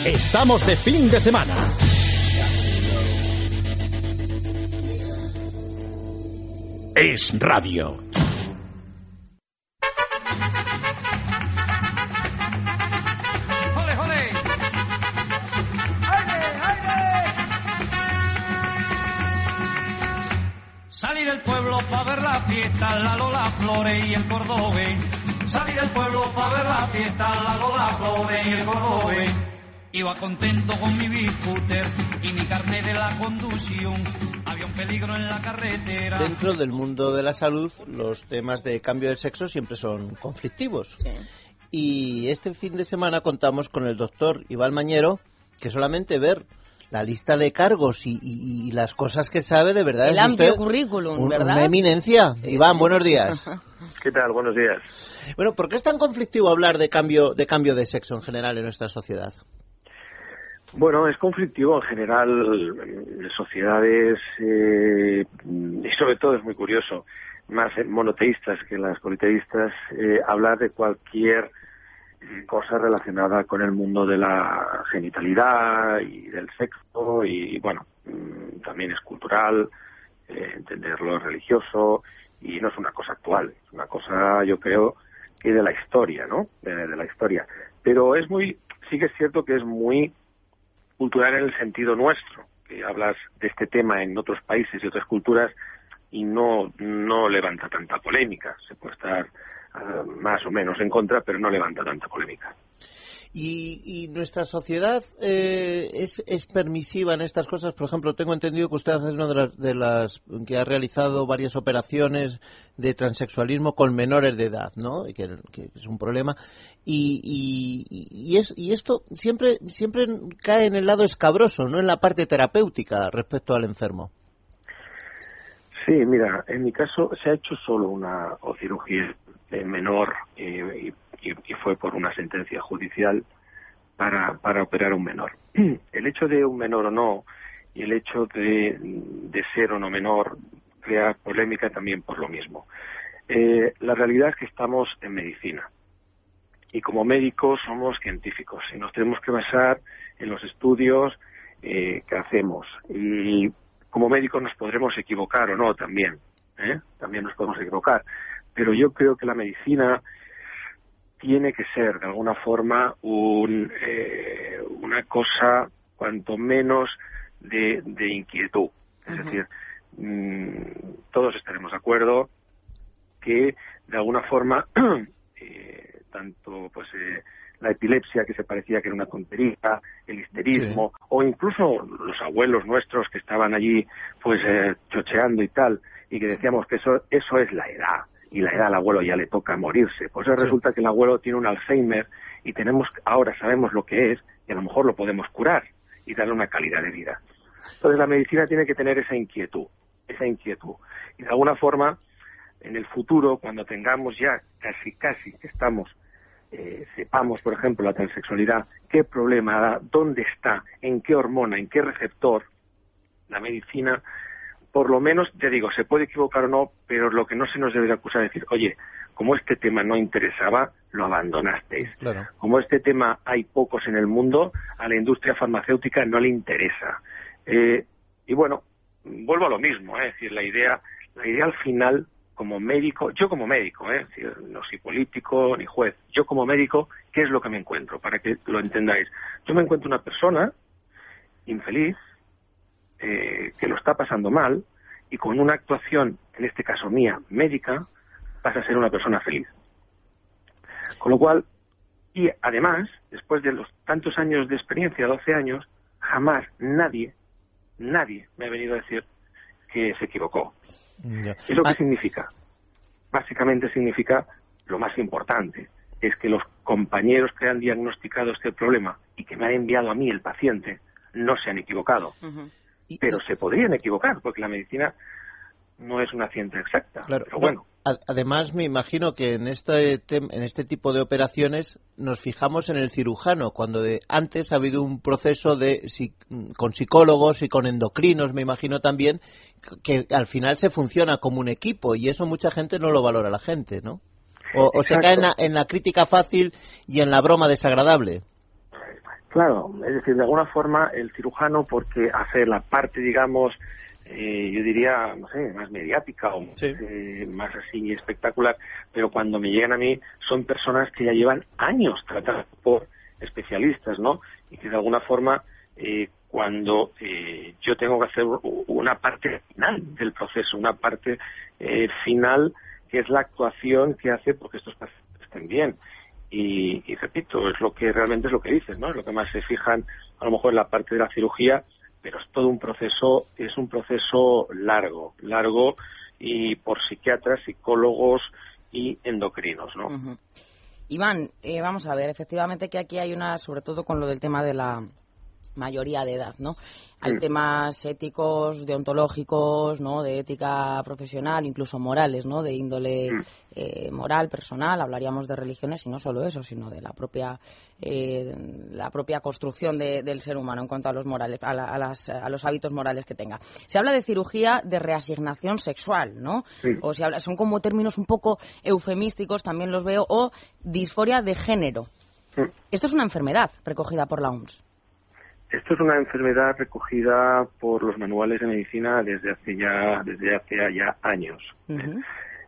Estamos de fin de semana. Es radio. Salí del pueblo pa' ver la fiesta, la Lola Flores y el Cordobés. Salí del pueblo pa' ver la fiesta, la Lola Flores y el Cordobés. Iba contento con mi bicúter y mi carnet de la conducción. Había un peligro en la carretera. Dentro del mundo de la salud, los temas de cambio de sexo siempre son conflictivos. Sí. Y este fin de semana contamos con el doctor Iván Mañero, que solamente ver la lista de cargos y las cosas que sabe, de verdad el es amplio usted currículum, ¿verdad? Una eminencia. Iván, buenos días. ¿Qué tal? Buenos días. Bueno, ¿por qué es tan conflictivo hablar de cambio de sexo en general en nuestra sociedad? Bueno, es conflictivo en general en sociedades y sobre todo es muy curioso, más monoteístas que las politeístas, hablar de cualquier cosa relacionada con el mundo de la genitalidad y del sexo y bueno, también es cultural, entenderlo religioso y no es una cosa actual, es una cosa yo creo que de la historia, ¿no? De la historia. Pero sí que es cierto que es muy cultural en el sentido nuestro, que hablas de este tema en otros países y otras culturas y no levanta tanta polémica. Se puede estar más o menos en contra, pero no levanta tanta polémica. ¿Y nuestra sociedad es permisiva en estas cosas? Por ejemplo, tengo entendido que usted es una de las que ha realizado varias operaciones de transexualismo con menores de edad, ¿no? Y que es un problema. Y esto siempre cae en el lado escabroso, no en la parte terapéutica respecto al enfermo. Sí, mira, en mi caso se ha hecho solo una cirugía menor y fue por una sentencia judicial para operar a un menor. El hecho de un menor o no y el hecho de ser o no menor crea polémica también por lo mismo. La realidad es que estamos en medicina y como médicos somos científicos y nos tenemos que basar en los estudios que hacemos y como médicos nos podremos equivocar o no también, también nos podemos equivocar, pero yo creo que la medicina tiene que ser de alguna forma una cosa cuanto menos de inquietud. Es decir, todos estaremos de acuerdo que de alguna forma tanto la epilepsia, que se parecía que era una tontería, el histerismo, sí, o incluso los abuelos nuestros que estaban allí chocheando y tal, y que decíamos que eso es la edad. Y la edad al abuelo ya le toca morirse. Pues resulta que el abuelo tiene un Alzheimer y ahora sabemos lo que es y a lo mejor lo podemos curar y darle una calidad de vida. Entonces la medicina tiene que tener esa inquietud. Y de alguna forma, en el futuro, cuando tengamos ya casi que sepamos, por ejemplo, la transexualidad, qué problema da, dónde está, en qué hormona, en qué receptor, la medicina, por lo menos, te digo, se puede equivocar o no, pero lo que no se nos debe acusar es decir, oye, como este tema no interesaba, lo abandonasteis. Claro. Como este tema hay pocos en el mundo, a la industria farmacéutica no le interesa. Y bueno, vuelvo a lo mismo, es decir, la idea al final, como médico, yo como médico, es decir, no soy político ni juez, yo como médico, ¿qué es lo que me encuentro? Para que lo entendáis. Yo me encuentro una persona infeliz, que lo está pasando mal y con una actuación, en este caso mía, médica, pasa a ser una persona feliz. Con lo cual, y además, después de los tantos años de experiencia, 12 años, jamás nadie me ha venido a decir que se equivocó. ¿Eso qué significa? Básicamente significa lo más importante, es que los compañeros que han diagnosticado este problema y que me han enviado a mí, el paciente, no se han equivocado. Uh-huh. Pero se podrían equivocar, porque la medicina no es una ciencia exacta. Claro, pero bueno. Además, me imagino que en este tipo de operaciones nos fijamos en el cirujano, cuando antes ha habido un proceso con psicólogos y con endocrinos, me imagino también, que al final se funciona como un equipo, y eso mucha gente no lo valora la gente, ¿no? O se cae en la crítica fácil y en la broma desagradable. Claro, es decir, de alguna forma el cirujano, porque hace la parte, digamos, yo diría, no sé, más mediática o más así espectacular, pero cuando me llegan a mí son personas que ya llevan años tratadas por especialistas, ¿no? Y que de alguna forma, cuando yo tengo que hacer una parte final del proceso, una parte final que es la actuación que hace porque estos pacientes estén bien. Y repito, es lo que realmente es lo que dices, ¿no? Es lo que más se fijan a lo mejor en la parte de la cirugía, pero es todo un proceso, es un proceso largo y por psiquiatras, psicólogos y endocrinos, ¿no? Uh-huh. Iván, vamos a ver, efectivamente que aquí hay sobre todo con lo del tema de la mayoría de edad, ¿no? Hay temas éticos, deontológicos, ¿no? De ética profesional, incluso morales, ¿no? De índole moral, personal. Hablaríamos de religiones y no solo eso, sino de la propia construcción del ser humano en cuanto a los morales, a los hábitos morales que tenga. Se habla de cirugía de reasignación sexual, ¿no? O son como términos un poco eufemísticos, también los veo, o disforia de género. Esto es una enfermedad recogida por la OMS. Esto es una enfermedad recogida por los manuales de medicina desde hace ya años. Uh-huh.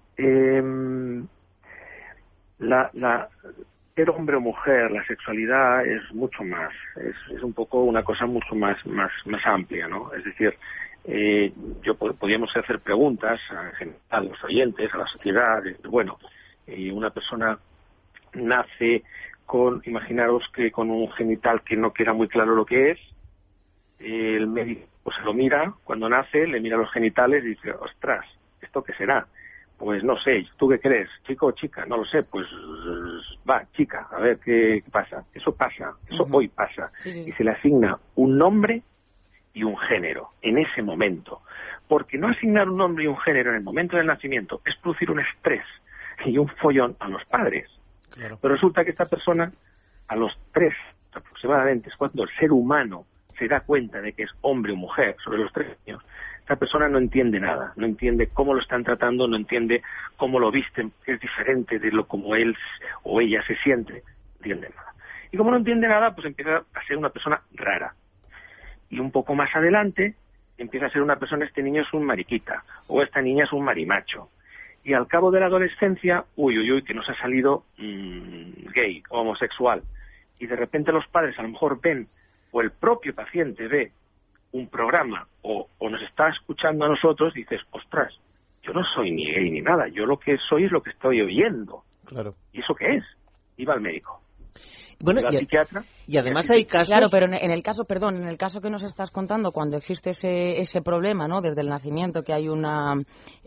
Ser hombre o mujer, la sexualidad es mucho más, es un poco una cosa mucho más amplia, ¿no? Es decir, podríamos hacer preguntas a los oyentes, a la sociedad. Bueno, una persona nace imaginaros que con un genital que no queda muy claro lo que es, el médico se lo mira cuando nace, le mira los genitales y dice, ostras, ¿esto qué será? Pues no sé, ¿tú qué crees? ¿Chico o chica? No lo sé, pues va, chica, a ver qué pasa. Eso pasa, eso hoy pasa. Sí. Y se le asigna un nombre y un género en ese momento. Porque no asignar un nombre y un género en el momento del nacimiento es producir un estrés y un follón a los padres. Claro. Pero resulta que esta persona, a los 3 aproximadamente, es cuando el ser humano se da cuenta de que es hombre o mujer, sobre los 3 años, esta persona no entiende nada, no entiende cómo lo están tratando, no entiende cómo lo visten, que es diferente de lo como él o ella se siente, no entiende nada. Y como no entiende nada, pues empieza a ser una persona rara. Y un poco más adelante, empieza a ser una persona, este niño es un mariquita, o esta niña es un marimacho. Y al cabo de la adolescencia, que nos ha salido gay o homosexual. Y de repente los padres a lo mejor ven, o el propio paciente ve un programa, o nos está escuchando a nosotros, y dices, ostras, yo no soy ni gay ni nada, yo lo que soy es lo que estoy oyendo. Claro. ¿Y eso qué es? Y va al médico. Bueno, psiquiatra. Y además hay casos... Claro, pero en el caso que nos estás contando, cuando existe ese problema, ¿no? Desde el nacimiento, que hay no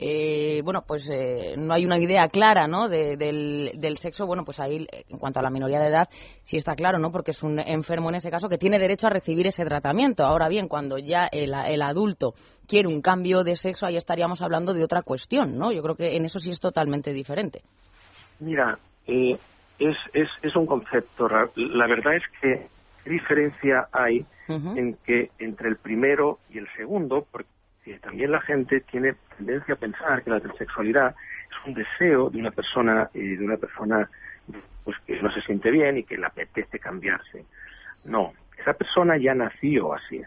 hay una idea clara, ¿no? Del sexo, bueno, pues ahí, en cuanto a la minoría de edad, sí está claro, ¿no? Porque es un enfermo en ese caso que tiene derecho a recibir ese tratamiento. Ahora bien, cuando ya el adulto quiere un cambio de sexo, ahí estaríamos hablando de otra cuestión, ¿no? Yo creo que en eso sí es totalmente diferente. Mira, es un concepto. La verdad es que ¿qué diferencia hay entre el primero y el segundo? Porque también la gente tiene tendencia a pensar que la transexualidad es un deseo de una persona pues que no se siente bien y que le apetece cambiarse. No, esa persona ya nació así.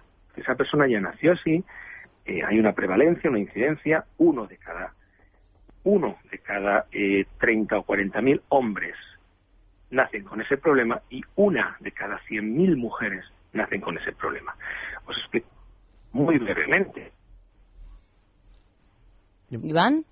Hay una prevalencia, una incidencia, uno de cada 30 o 40.000 hombres nacen con ese problema y una de cada 100.000 mujeres nacen con ese problema. Os explico muy brevemente. ¿Iván?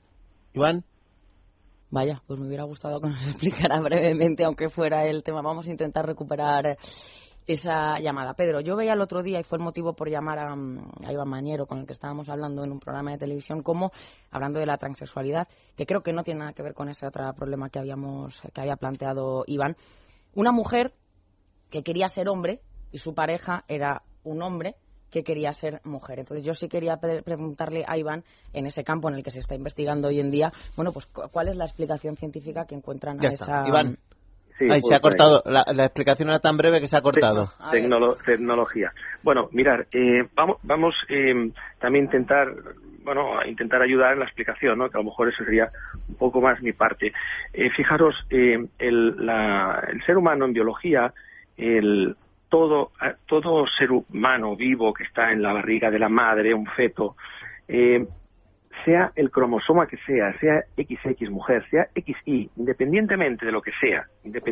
Vaya, pues me hubiera gustado que nos explicara brevemente, aunque fuera el tema. Vamos a intentar recuperar esa llamada. Pedro, yo veía el otro día, y fue el motivo por llamar a Iván Mañero, con el que estábamos hablando en un programa de televisión, hablando de la transexualidad, que creo que no tiene nada que ver con ese otro problema que había planteado Iván. Una mujer que quería ser hombre y su pareja era un hombre que quería ser mujer. Entonces yo sí quería preguntarle a Iván, en ese campo en el que se está investigando hoy en día, bueno, pues ¿cuál es la explicación científica que encuentran a esa... Iván. Sí, se ha cortado. La explicación era tan breve que se ha cortado. Tecnología. Bueno, mirar, vamos también a intentar ayudar en la explicación, ¿no? Que a lo mejor eso sería un poco más mi parte. Fijaros, el ser humano en biología, todo ser humano vivo que está en la barriga de la madre, un feto, sea el cromosoma que sea XX mujer, sea XY, independientemente de lo que sea,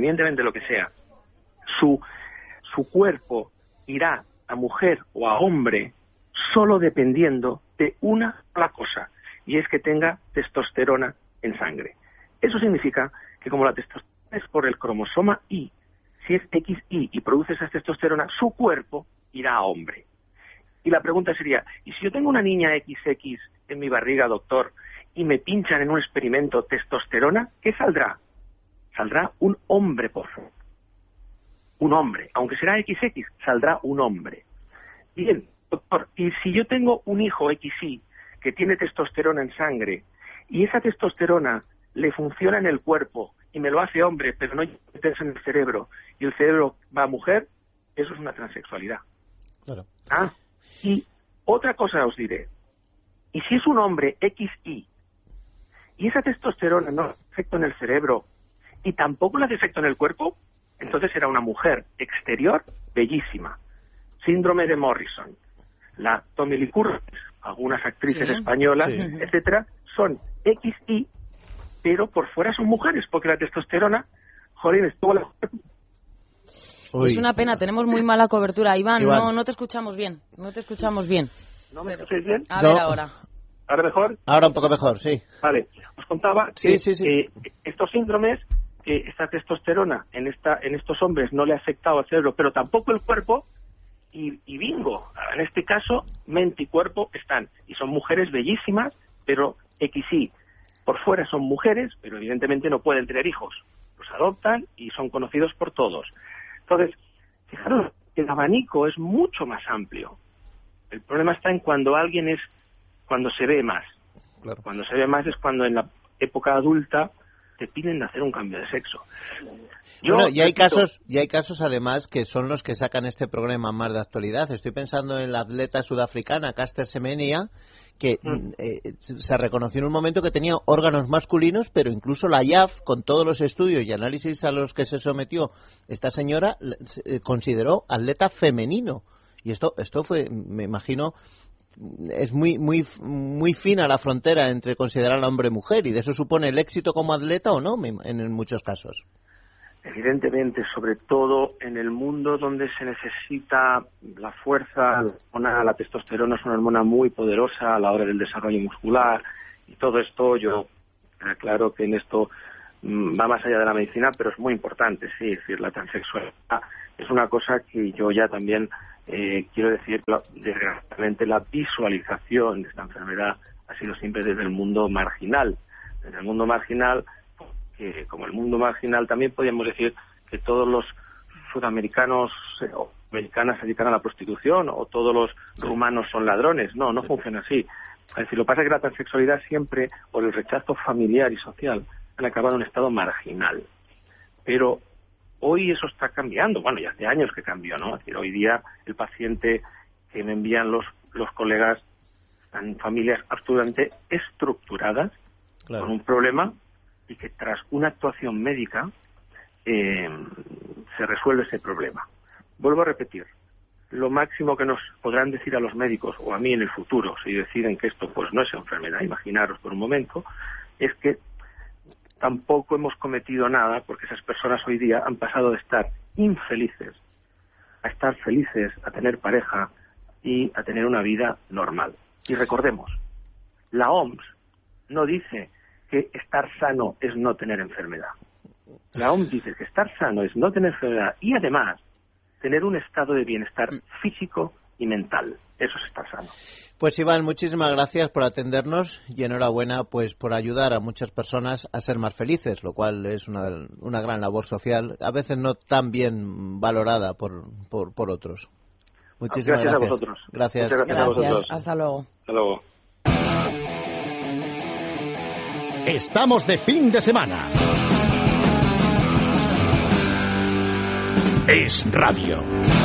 su cuerpo irá a mujer o a hombre solo dependiendo de una sola cosa, y es que tenga testosterona en sangre. Eso significa que como la testosterona es por el cromosoma Y, si es XY y produce esa testosterona, su cuerpo irá a hombre. Y la pregunta sería, ¿y si yo tengo una niña XX en mi barriga, doctor, y me pinchan en un experimento testosterona, qué saldrá? Saldrá un hombre, por favor. Un hombre. Aunque será XX, saldrá un hombre. Bien, doctor, ¿y si yo tengo un hijo XY que tiene testosterona en sangre y esa testosterona le funciona en el cuerpo y me lo hace hombre, pero no meterse en el cerebro y el cerebro va a mujer? Eso es una transexualidad. Claro. Y otra cosa os diré. Y si es un hombre XY y esa testosterona no hace efecto en el cerebro y tampoco le hace efecto en el cuerpo, entonces será una mujer exterior bellísima. Síndrome de Morrison. La Tommy Lee Curtis, algunas actrices españolas, etcétera, son XY, pero por fuera son mujeres, porque la testosterona, joder, es toda la... Es una pena, tenemos muy mala cobertura. Iván. No te escuchamos bien. ¿No me escucháis bien? A ver ahora. ¿Ahora mejor? Ahora un poco mejor, sí. Vale, os contaba que estos síndromes, que esta testosterona en estos hombres no le ha afectado al cerebro, pero tampoco el cuerpo, y bingo, en este caso, mente y cuerpo están, y son mujeres bellísimas, pero XY. Por fuera son mujeres, pero evidentemente no pueden tener hijos. Los adoptan y son conocidos por todos. Entonces, fijaros, el abanico es mucho más amplio. El problema está en cuando se ve más. Claro. Cuando se ve más es cuando en la época adulta te piden hacer un cambio de sexo. Y hay casos además que son los que sacan este programa más de actualidad. Estoy pensando en la atleta sudafricana Caster Semenya, que se reconoció en un momento que tenía órganos masculinos, pero incluso la IAF, con todos los estudios y análisis a los que se sometió esta señora, consideró atleta femenino. Y esto fue, me imagino, es muy fina la frontera entre considerar al hombre mujer, y de eso supone el éxito como atleta o no, en muchos casos. Evidentemente, sobre todo en el mundo donde se necesita la fuerza, la testosterona es una hormona muy poderosa a la hora del desarrollo muscular, y todo esto, yo aclaro que en esto va más allá de la medicina, pero es muy importante, sí, es decir, la transexualidad es una cosa que yo ya también quiero decir, desgraciadamente la visualización de esta enfermedad ha sido siempre desde el mundo marginal. Desde el mundo marginal, que como el mundo marginal también podríamos decir que todos los sudamericanos o americanas se dedican a la prostitución o todos los rumanos son ladrones. No funciona así. Es decir, lo que pasa es que la transexualidad siempre, por el rechazo familiar y social, han acabado en un estado marginal. Pero hoy eso está cambiando. Bueno, ya hace años que cambió, ¿no? Es decir, hoy día el paciente que me envían los colegas están en familias absolutamente estructuradas, claro, con un problema, y que tras una actuación médica se resuelve ese problema. Vuelvo a repetir, lo máximo que nos podrán decir a los médicos, o a mí en el futuro, si deciden que esto pues no es enfermedad, imaginaros por un momento, es que tampoco hemos cometido nada, porque esas personas hoy día han pasado de estar infelices a estar felices, a tener pareja y a tener una vida normal. Y recordemos, la OMS no dice que estar sano es no tener enfermedad. La OMS dice que estar sano es no tener enfermedad y además tener un estado de bienestar físico y mental. Eso es estar sano. Pues Iván, muchísimas gracias por atendernos y enhorabuena pues por ayudar a muchas personas a ser más felices, lo cual es una gran labor social, a veces no tan bien valorada por otros. Muchísimas gracias. Gracias a vosotros. Gracias. Muchas gracias a vosotros. Hasta luego. Hasta luego. Estamos de fin de semana. Es Radio.